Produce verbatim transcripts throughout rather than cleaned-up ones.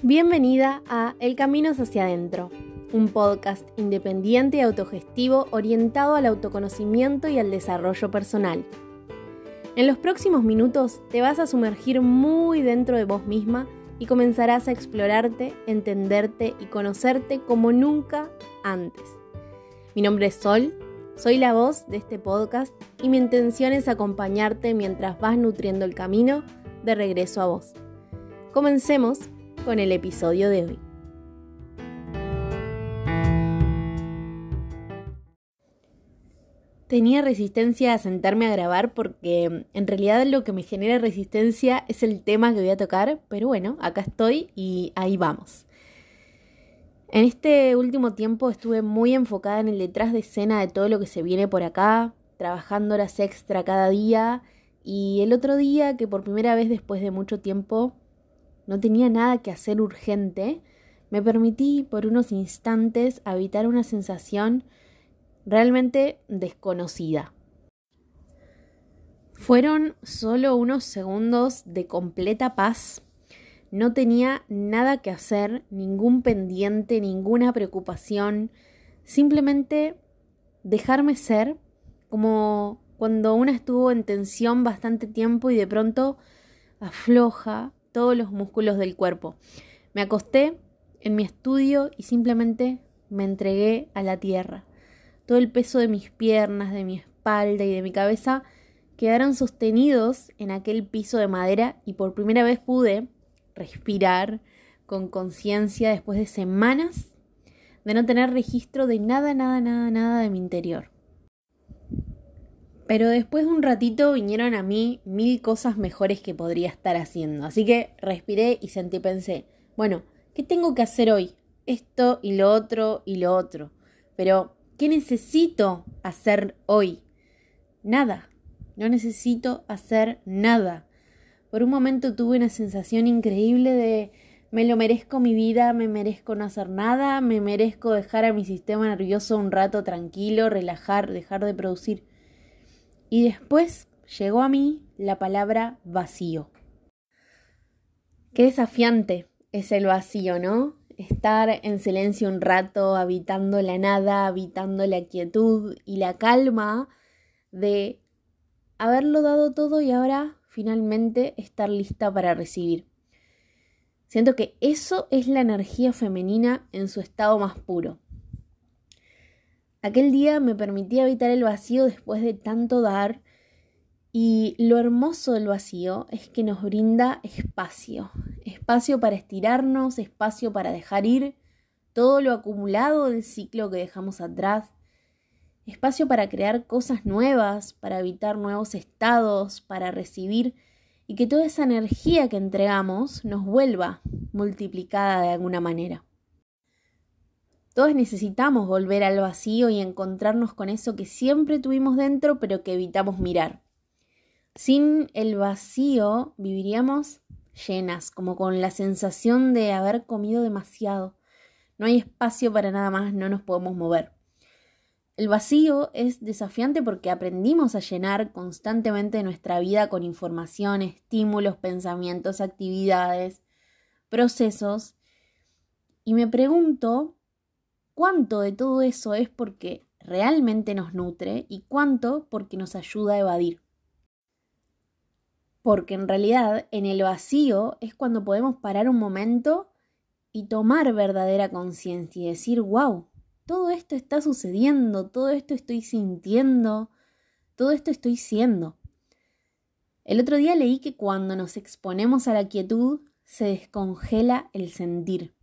Bienvenida a El Camino hacia adentro, un podcast independiente y autogestivo orientado al autoconocimiento y al desarrollo personal. En los próximos minutos te vas a sumergir muy dentro de vos misma y comenzarás a explorarte, entenderte y conocerte como nunca antes. Mi nombre es Sol, soy la voz de este podcast y mi intención es acompañarte mientras vas nutriendo el camino de regreso a vos. Comencemos con el episodio de hoy. Tenía resistencia a sentarme a grabar porque en realidad lo que me genera resistencia es el tema que voy a tocar, pero bueno, acá estoy y ahí vamos. En este último tiempo estuve muy enfocada en el detrás de escena de todo lo que se viene por acá, trabajando horas extra cada día, y el otro día que por primera vez después de mucho tiempo no tenía nada que hacer urgente, me permití por unos instantes habitar una sensación realmente desconocida. Fueron solo unos segundos de completa paz. No tenía nada que hacer, ningún pendiente, ninguna preocupación. Simplemente dejarme ser, como cuando una estuvo en tensión bastante tiempo y de pronto afloja todos los músculos del cuerpo. Me acosté en mi estudio y simplemente me entregué a la tierra. Todo el peso de mis piernas, de mi espalda y de mi cabeza quedaron sostenidos en aquel piso de madera y por primera vez pude respirar con conciencia después de semanas de no tener registro de nada, nada, nada, nada de mi interior. Pero después de un ratito vinieron a mí mil cosas mejores que podría estar haciendo. Así que respiré y sentí, pensé, bueno, ¿qué tengo que hacer hoy? Esto y lo otro y lo otro. Pero, ¿qué necesito hacer hoy? Nada. No necesito hacer nada. Por un momento tuve una sensación increíble de me lo merezco mi vida, me merezco no hacer nada, me merezco dejar a mi sistema nervioso un rato tranquilo, relajar, dejar de producir. Y después llegó a mí la palabra vacío. Qué desafiante es el vacío, ¿no? Estar en silencio un rato, habitando la nada, habitando la quietud y la calma de haberlo dado todo y ahora finalmente estar lista para recibir. Siento que eso es la energía femenina en su estado más puro. Aquel día me permití habitar el vacío después de tanto dar y lo hermoso del vacío es que nos brinda espacio, espacio para estirarnos, espacio para dejar ir todo lo acumulado del ciclo que dejamos atrás, espacio para crear cosas nuevas, para habitar nuevos estados, para recibir y que toda esa energía que entregamos nos vuelva multiplicada de alguna manera. Todos necesitamos volver al vacío y encontrarnos con eso que siempre tuvimos dentro pero que evitamos mirar. Sin el vacío viviríamos llenas, como con la sensación de haber comido demasiado. No hay espacio para nada más, no nos podemos mover. El vacío es desafiante porque aprendimos a llenar constantemente nuestra vida con información, estímulos, pensamientos, actividades, procesos. Y me pregunto cuánto de todo eso es porque realmente nos nutre y cuánto porque nos ayuda a evadir. Porque en realidad en el vacío es cuando podemos parar un momento y tomar verdadera conciencia y decir, wow, todo esto está sucediendo, todo esto estoy sintiendo, todo esto estoy siendo. El otro día leí que cuando nos exponemos a la quietud se descongela el sentir.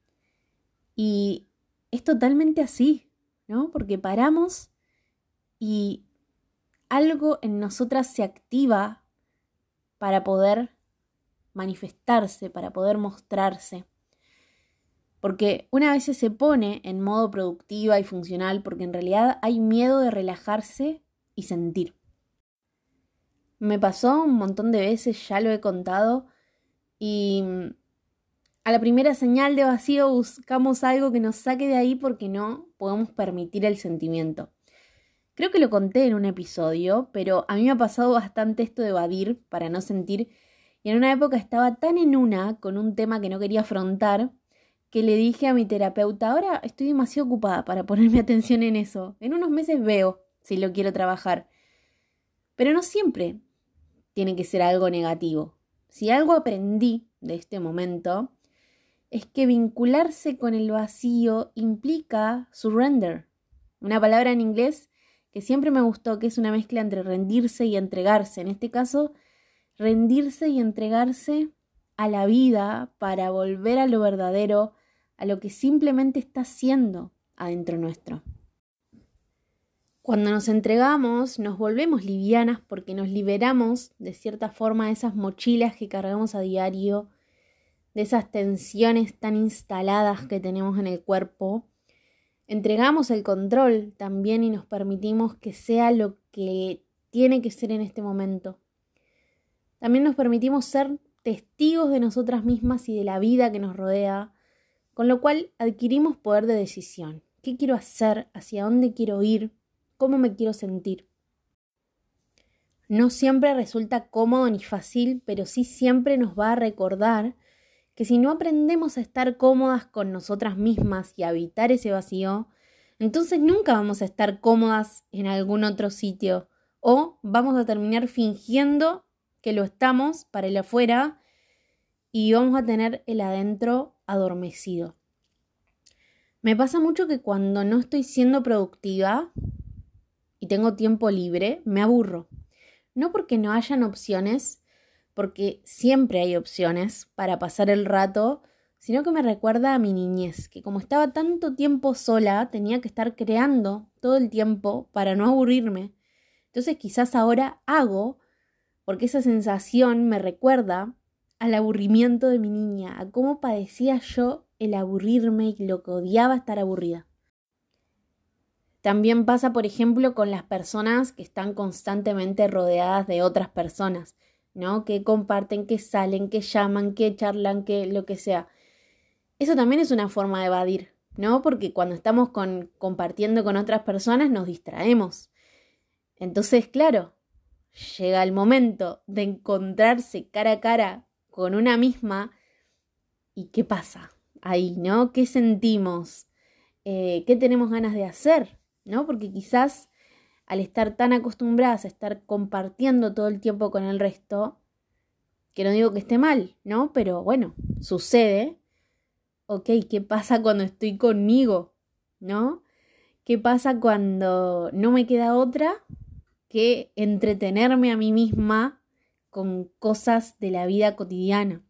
Y es totalmente así, ¿no? Porque paramos y algo en nosotras se activa para poder manifestarse, para poder mostrarse. Porque una vez se pone en modo productiva y funcional porque en realidad hay miedo de relajarse y sentir. Me pasó un montón de veces, ya lo he contado, y a la primera señal de vacío buscamos algo que nos saque de ahí porque no podemos permitir el sentimiento. Creo que lo conté en un episodio, pero a mí me ha pasado bastante esto de evadir para no sentir Y en una época estaba tan en una con un tema que no quería afrontar que le dije a mi terapeuta, ahora estoy demasiado ocupada para ponerme atención en eso. En unos meses veo si lo quiero trabajar. Pero no siempre tiene que ser algo negativo. Si algo aprendí de este momento es que vincularse con el vacío implica surrender. Una palabra en inglés que siempre me gustó, que es una mezcla entre rendirse y entregarse. En este caso, rendirse y entregarse a la vida para volver a lo verdadero, a lo que simplemente está siendo adentro nuestro. Cuando nos entregamos, nos volvemos livianas porque nos liberamos de cierta forma de esas mochilas que cargamos a diario, de esas tensiones tan instaladas que tenemos en el cuerpo. Entregamos el control también y nos permitimos que sea lo que tiene que ser en este momento. También nos permitimos ser testigos de nosotras mismas y de la vida que nos rodea, con lo cual adquirimos poder de decisión. ¿Qué quiero hacer? ¿Hacia dónde quiero ir? ¿Cómo me quiero sentir? No siempre resulta cómodo ni fácil, pero sí siempre nos va a recordar que si no aprendemos a estar cómodas con nosotras mismas y a evitar ese vacío, entonces nunca vamos a estar cómodas en algún otro sitio o vamos a terminar fingiendo que lo estamos para el afuera y vamos a tener el adentro adormecido. Me pasa mucho que cuando no estoy siendo productiva y tengo tiempo libre, me aburro. No porque no hayan opciones, porque siempre hay opciones para pasar el rato, sino que me recuerda a mi niñez, que como estaba tanto tiempo sola, tenía que estar creando todo el tiempo para no aburrirme. Entonces quizás ahora hago, porque esa sensación me recuerda al aburrimiento de mi niña, a cómo padecía yo el aburrirme y lo que odiaba estar aburrida. También pasa, por ejemplo, con las personas que están constantemente rodeadas de otras personas, ¿no? Que comparten, que salen, que llaman, que charlan, que lo que sea. Eso también es una forma de evadir, ¿no? Porque cuando estamos con, compartiendo con otras personas nos distraemos. Entonces, claro, llega el momento de encontrarse cara a cara con una misma y ¿qué pasa ahí, ¿no? ¿Qué sentimos? Eh, ¿qué tenemos ganas de hacer? ¿No? Porque quizás al estar tan acostumbradas a estar compartiendo todo el tiempo con el resto, que no digo que esté mal, ¿no? Pero bueno, sucede. Ok, ¿qué pasa cuando estoy conmigo? ¿No? ¿Qué pasa cuando no me queda otra que entretenerme a mí misma con cosas de la vida cotidiana?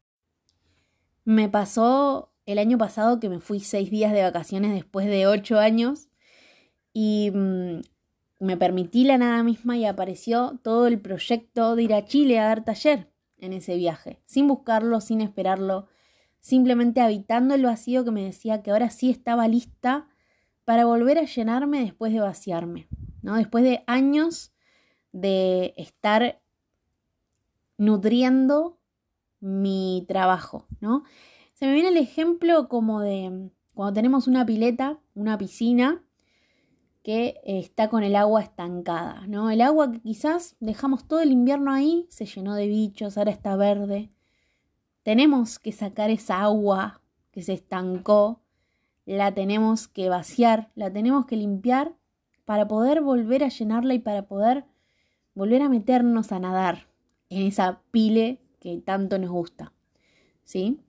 Me pasó el año pasado que me fui seis días de vacaciones después de ocho años y mmm, me permití la nada misma y apareció todo el proyecto de ir a Chile a dar taller en ese viaje, sin buscarlo, sin esperarlo, simplemente habitando el vacío que me decía que ahora sí estaba lista para volver a llenarme después de vaciarme, ¿no? Después de años de estar nutriendo mi trabajo, ¿no? Se me viene el ejemplo como de cuando tenemos una pileta, una piscina que está con el agua estancada, ¿no? El agua que quizás dejamos todo el invierno ahí, se llenó de bichos, ahora está verde. Tenemos que sacar esa agua que se estancó, la tenemos que vaciar, la tenemos que limpiar para poder volver a llenarla y para poder volver a meternos a nadar en esa pile que tanto nos gusta, ¿sí?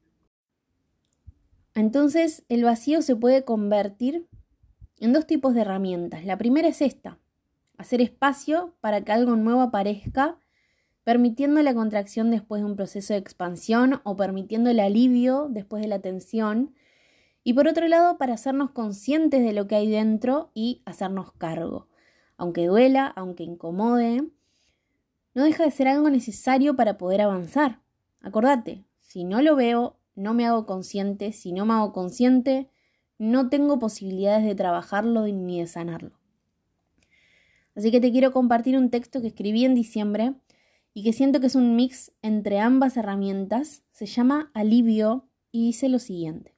Entonces el vacío se puede convertir en dos tipos de herramientas. La primera es esta, hacer espacio para que algo nuevo aparezca, permitiendo la contracción después de un proceso de expansión o permitiendo el alivio después de la tensión. Y por otro lado, para hacernos conscientes de lo que hay dentro y hacernos cargo. Aunque duela, aunque incomode, no deja de ser algo necesario para poder avanzar. Acordate, si no lo veo, no me hago consciente. Si no me hago consciente, no tengo posibilidades de trabajarlo ni de sanarlo. Así que te quiero compartir un texto que escribí en diciembre y que siento que es un mix entre ambas herramientas. Se llama Alivio y dice lo siguiente.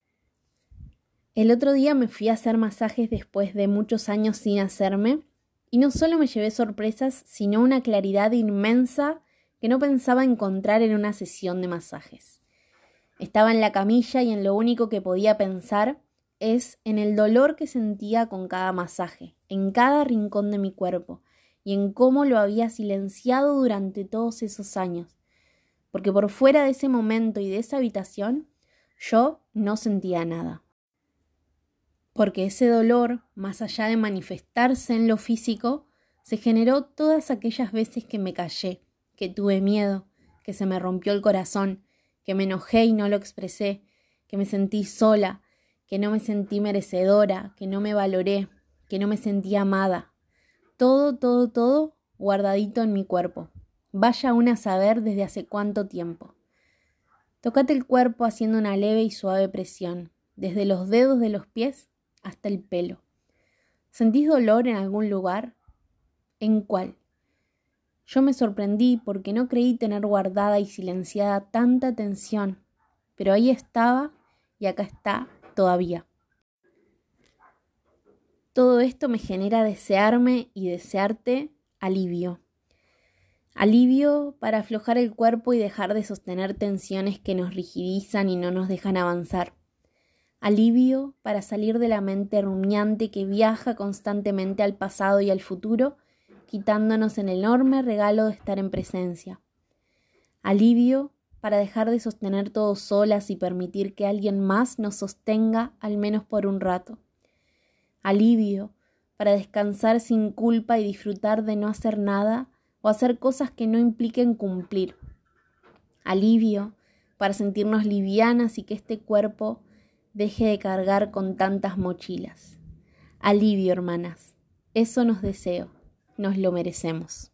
El otro día me fui a hacer masajes después de muchos años sin hacerme y no solo me llevé sorpresas, sino una claridad inmensa que no pensaba encontrar en una sesión de masajes. Estaba en la camilla y en lo único que podía pensar es en el dolor que sentía con cada masaje, en cada rincón de mi cuerpo, y en cómo lo había silenciado durante todos esos años. Porque por fuera de ese momento y de esa habitación, yo no sentía nada. Porque ese dolor, más allá de manifestarse en lo físico, se generó todas aquellas veces que me callé, que tuve miedo, que se me rompió el corazón, que me enojé y no lo expresé, que me sentí sola, que no me sentí merecedora, que no me valoré, que no me sentí amada. Todo, todo, todo guardadito en mi cuerpo. Vaya una a saber desde hace cuánto tiempo. Tócate el cuerpo haciendo una leve y suave presión, desde los dedos de los pies hasta el pelo. ¿Sentís dolor en algún lugar? ¿En cuál? Yo me sorprendí porque no creí tener guardada y silenciada tanta tensión, pero ahí estaba y acá está todavía. Todo esto me genera desearme y desearte alivio. Alivio para aflojar el cuerpo y dejar de sostener tensiones que nos rigidizan y no nos dejan avanzar. Alivio para salir de la mente rumiante que viaja constantemente al pasado y al futuro, quitándonos el enorme regalo de estar en presencia. Alivio para dejar de sostener todo solas y permitir que alguien más nos sostenga al menos por un rato. Alivio para descansar sin culpa y disfrutar de no hacer nada o hacer cosas que no impliquen cumplir. Alivio para sentirnos livianas y que este cuerpo deje de cargar con tantas mochilas. Alivio, hermanas. Eso nos deseo. Nos lo merecemos.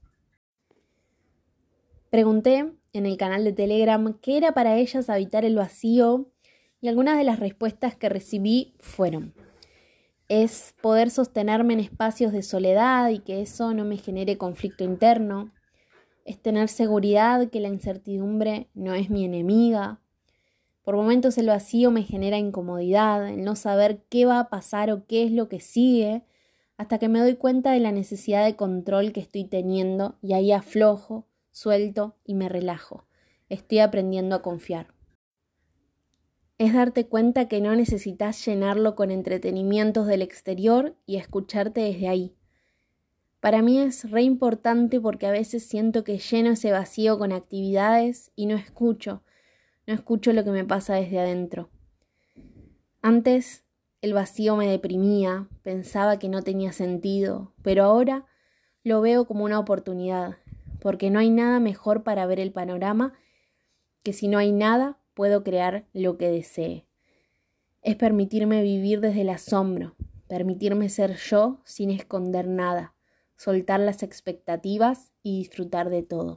Pregunté en el canal de Telegram qué era para ellas habitar el vacío y algunas de las respuestas que recibí fueron: es poder sostenerme en espacios de soledad y que eso no me genere conflicto interno. Es tener seguridad que la incertidumbre no es mi enemiga. Por momentos el vacío me genera incomodidad, el no saber qué va a pasar o qué es lo que sigue, hasta que me doy cuenta de la necesidad de control que estoy teniendo y ahí aflojo, suelto y me relajo. Estoy aprendiendo a confiar. Es darte cuenta que no necesitas llenarlo con entretenimientos del exterior y escucharte desde ahí. Para mí es re importante porque a veces siento que lleno ese vacío con actividades y no escucho, no escucho lo que me pasa desde adentro. Antes el vacío me deprimía, pensaba que no tenía sentido, pero ahora lo veo como una oportunidad, porque no hay nada mejor para ver el panorama que si no hay nada, puedo crear lo que desee. Es permitirme vivir desde el asombro, permitirme ser yo sin esconder nada, soltar las expectativas y disfrutar de todo.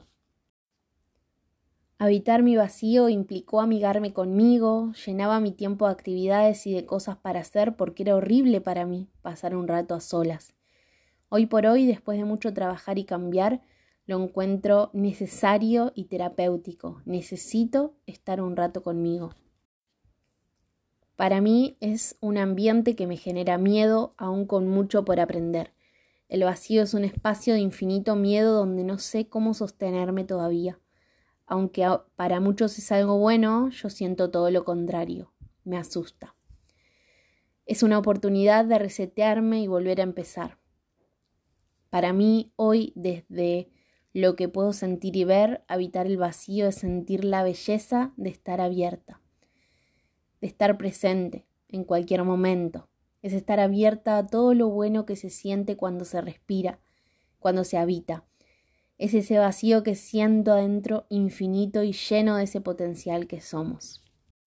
Habitar mi vacío implicó amigarme conmigo, llenaba mi tiempo de actividades y de cosas para hacer porque era horrible para mí pasar un rato a solas. Hoy por hoy, después de mucho trabajar y cambiar, lo encuentro necesario y terapéutico. Necesito estar un rato conmigo. Para mí es un ambiente que me genera miedo, aún con mucho por aprender. El vacío es un espacio de infinito miedo donde no sé cómo sostenerme todavía. Aunque para muchos es algo bueno, yo siento todo lo contrario. Me asusta. Es una oportunidad de resetearme y volver a empezar. Para mí, hoy, desde lo que puedo sentir y ver, habitar el vacío es sentir la belleza de estar abierta, de estar presente en cualquier momento. Es estar abierta a todo lo bueno que se siente cuando se respira, cuando se habita. Es ese vacío que siento adentro infinito y lleno de ese potencial que somos.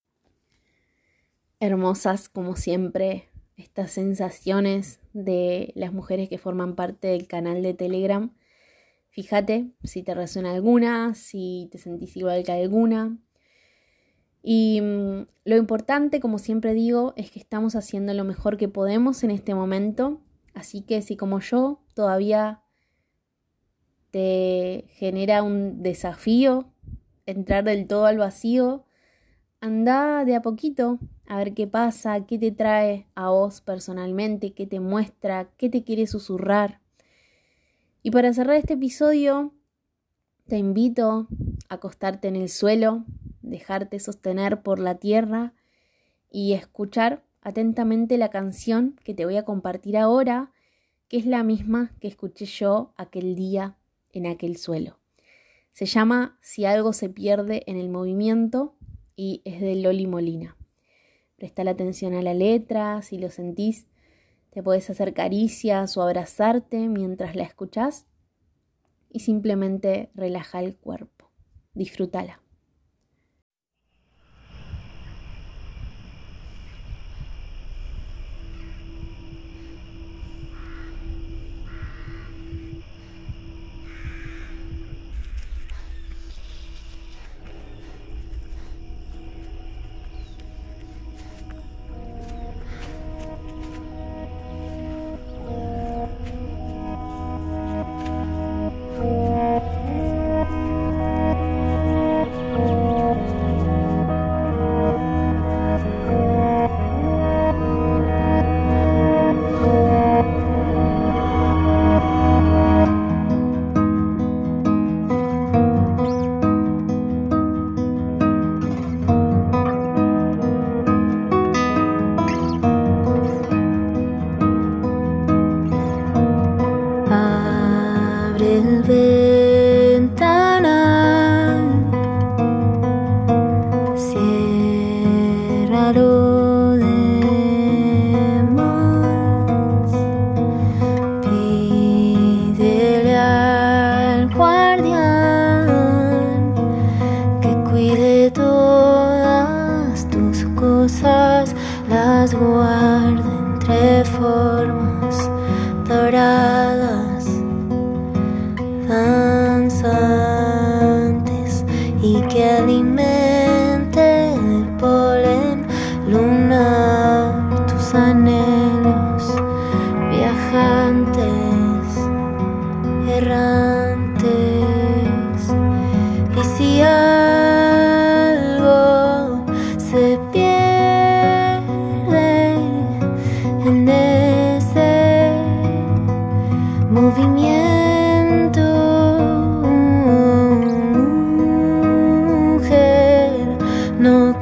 Hermosas, como siempre, estas sensaciones de las mujeres que forman parte del canal de Telegram. Fíjate si te resuena alguna, si te sentís igual que alguna. Y mmm, lo importante, como siempre digo, es que estamos haciendo lo mejor que podemos en este momento. Así que si como yo todavía te genera un desafío entrar del todo al vacío, anda de a poquito a ver qué pasa, qué te trae a vos personalmente, qué te muestra, qué te quiere susurrar. Y para cerrar este episodio, Te invito a acostarte en el suelo, dejarte sostener por la tierra y escuchar atentamente la canción que te voy a compartir ahora, que es la misma que escuché yo aquel día en aquel suelo. Se llama Si algo se pierde en el movimiento y es de Loli Molina. Presta la atención a la letra, si lo sentís, te podés hacer caricias o abrazarte mientras la escuchás y simplemente relaja el cuerpo. Disfrútala. El ventanal, cierra lo demás, pídele al guardián que cuide todas tus cosas, las guarde entre formas doradas, danzantes, y que alimente el polen lunar tus anhelos viajantes, errantes. Y si algo se pierde en ese movimiento, no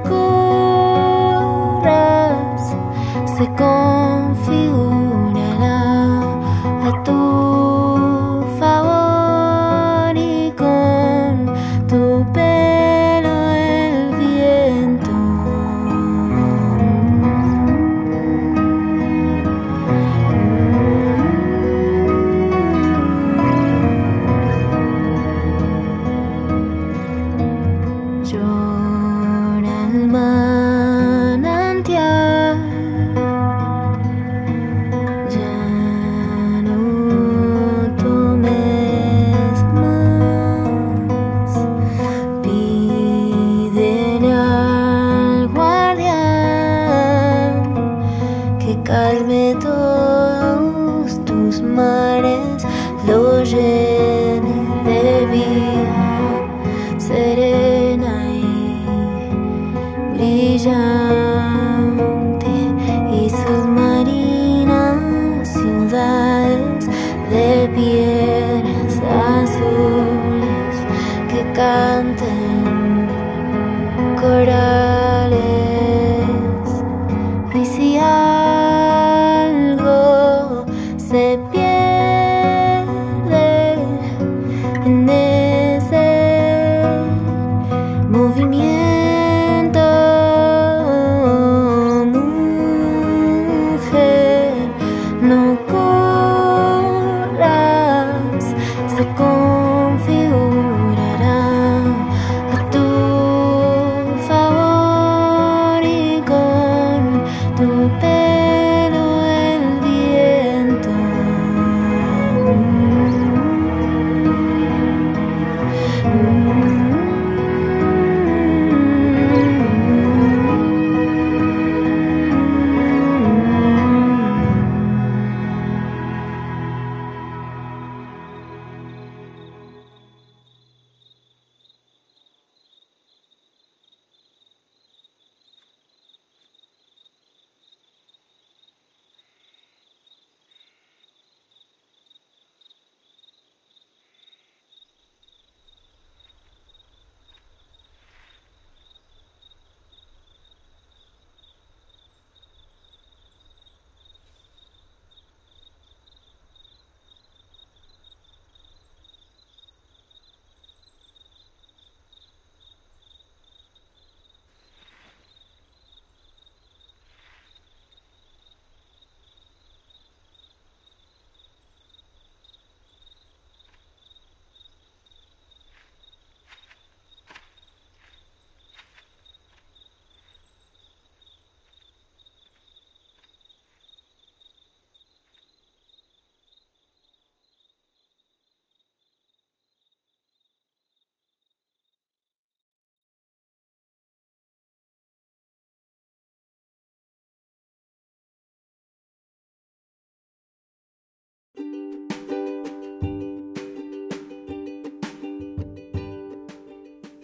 corras, se configurará a tu favor y con tu pelo el viento. Llora el manantial, ya no tomes más, pídele al guardián que calme todos tus mares, lo llene de vida serena y brillante, y submarinas ciudades de piedras azules que canten corales. Y si algo se pierde en ese movimiento, mujer, no corras, se configurará a tu favor.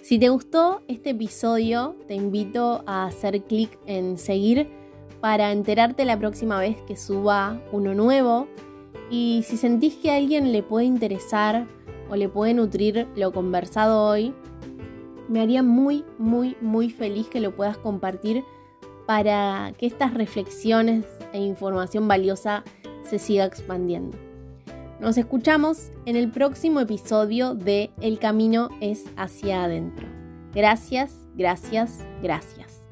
Si te gustó este episodio, te invito a hacer clic en seguir para enterarte la próxima vez que suba uno nuevo. Y si sentís que a alguien le puede interesar o le puede nutrir lo conversado hoy, me haría muy, muy, muy feliz que lo puedas compartir para que estas reflexiones e información valiosa se siga expandiendo. Nos escuchamos en el próximo episodio de El camino es hacia adentro. Gracias, gracias, gracias.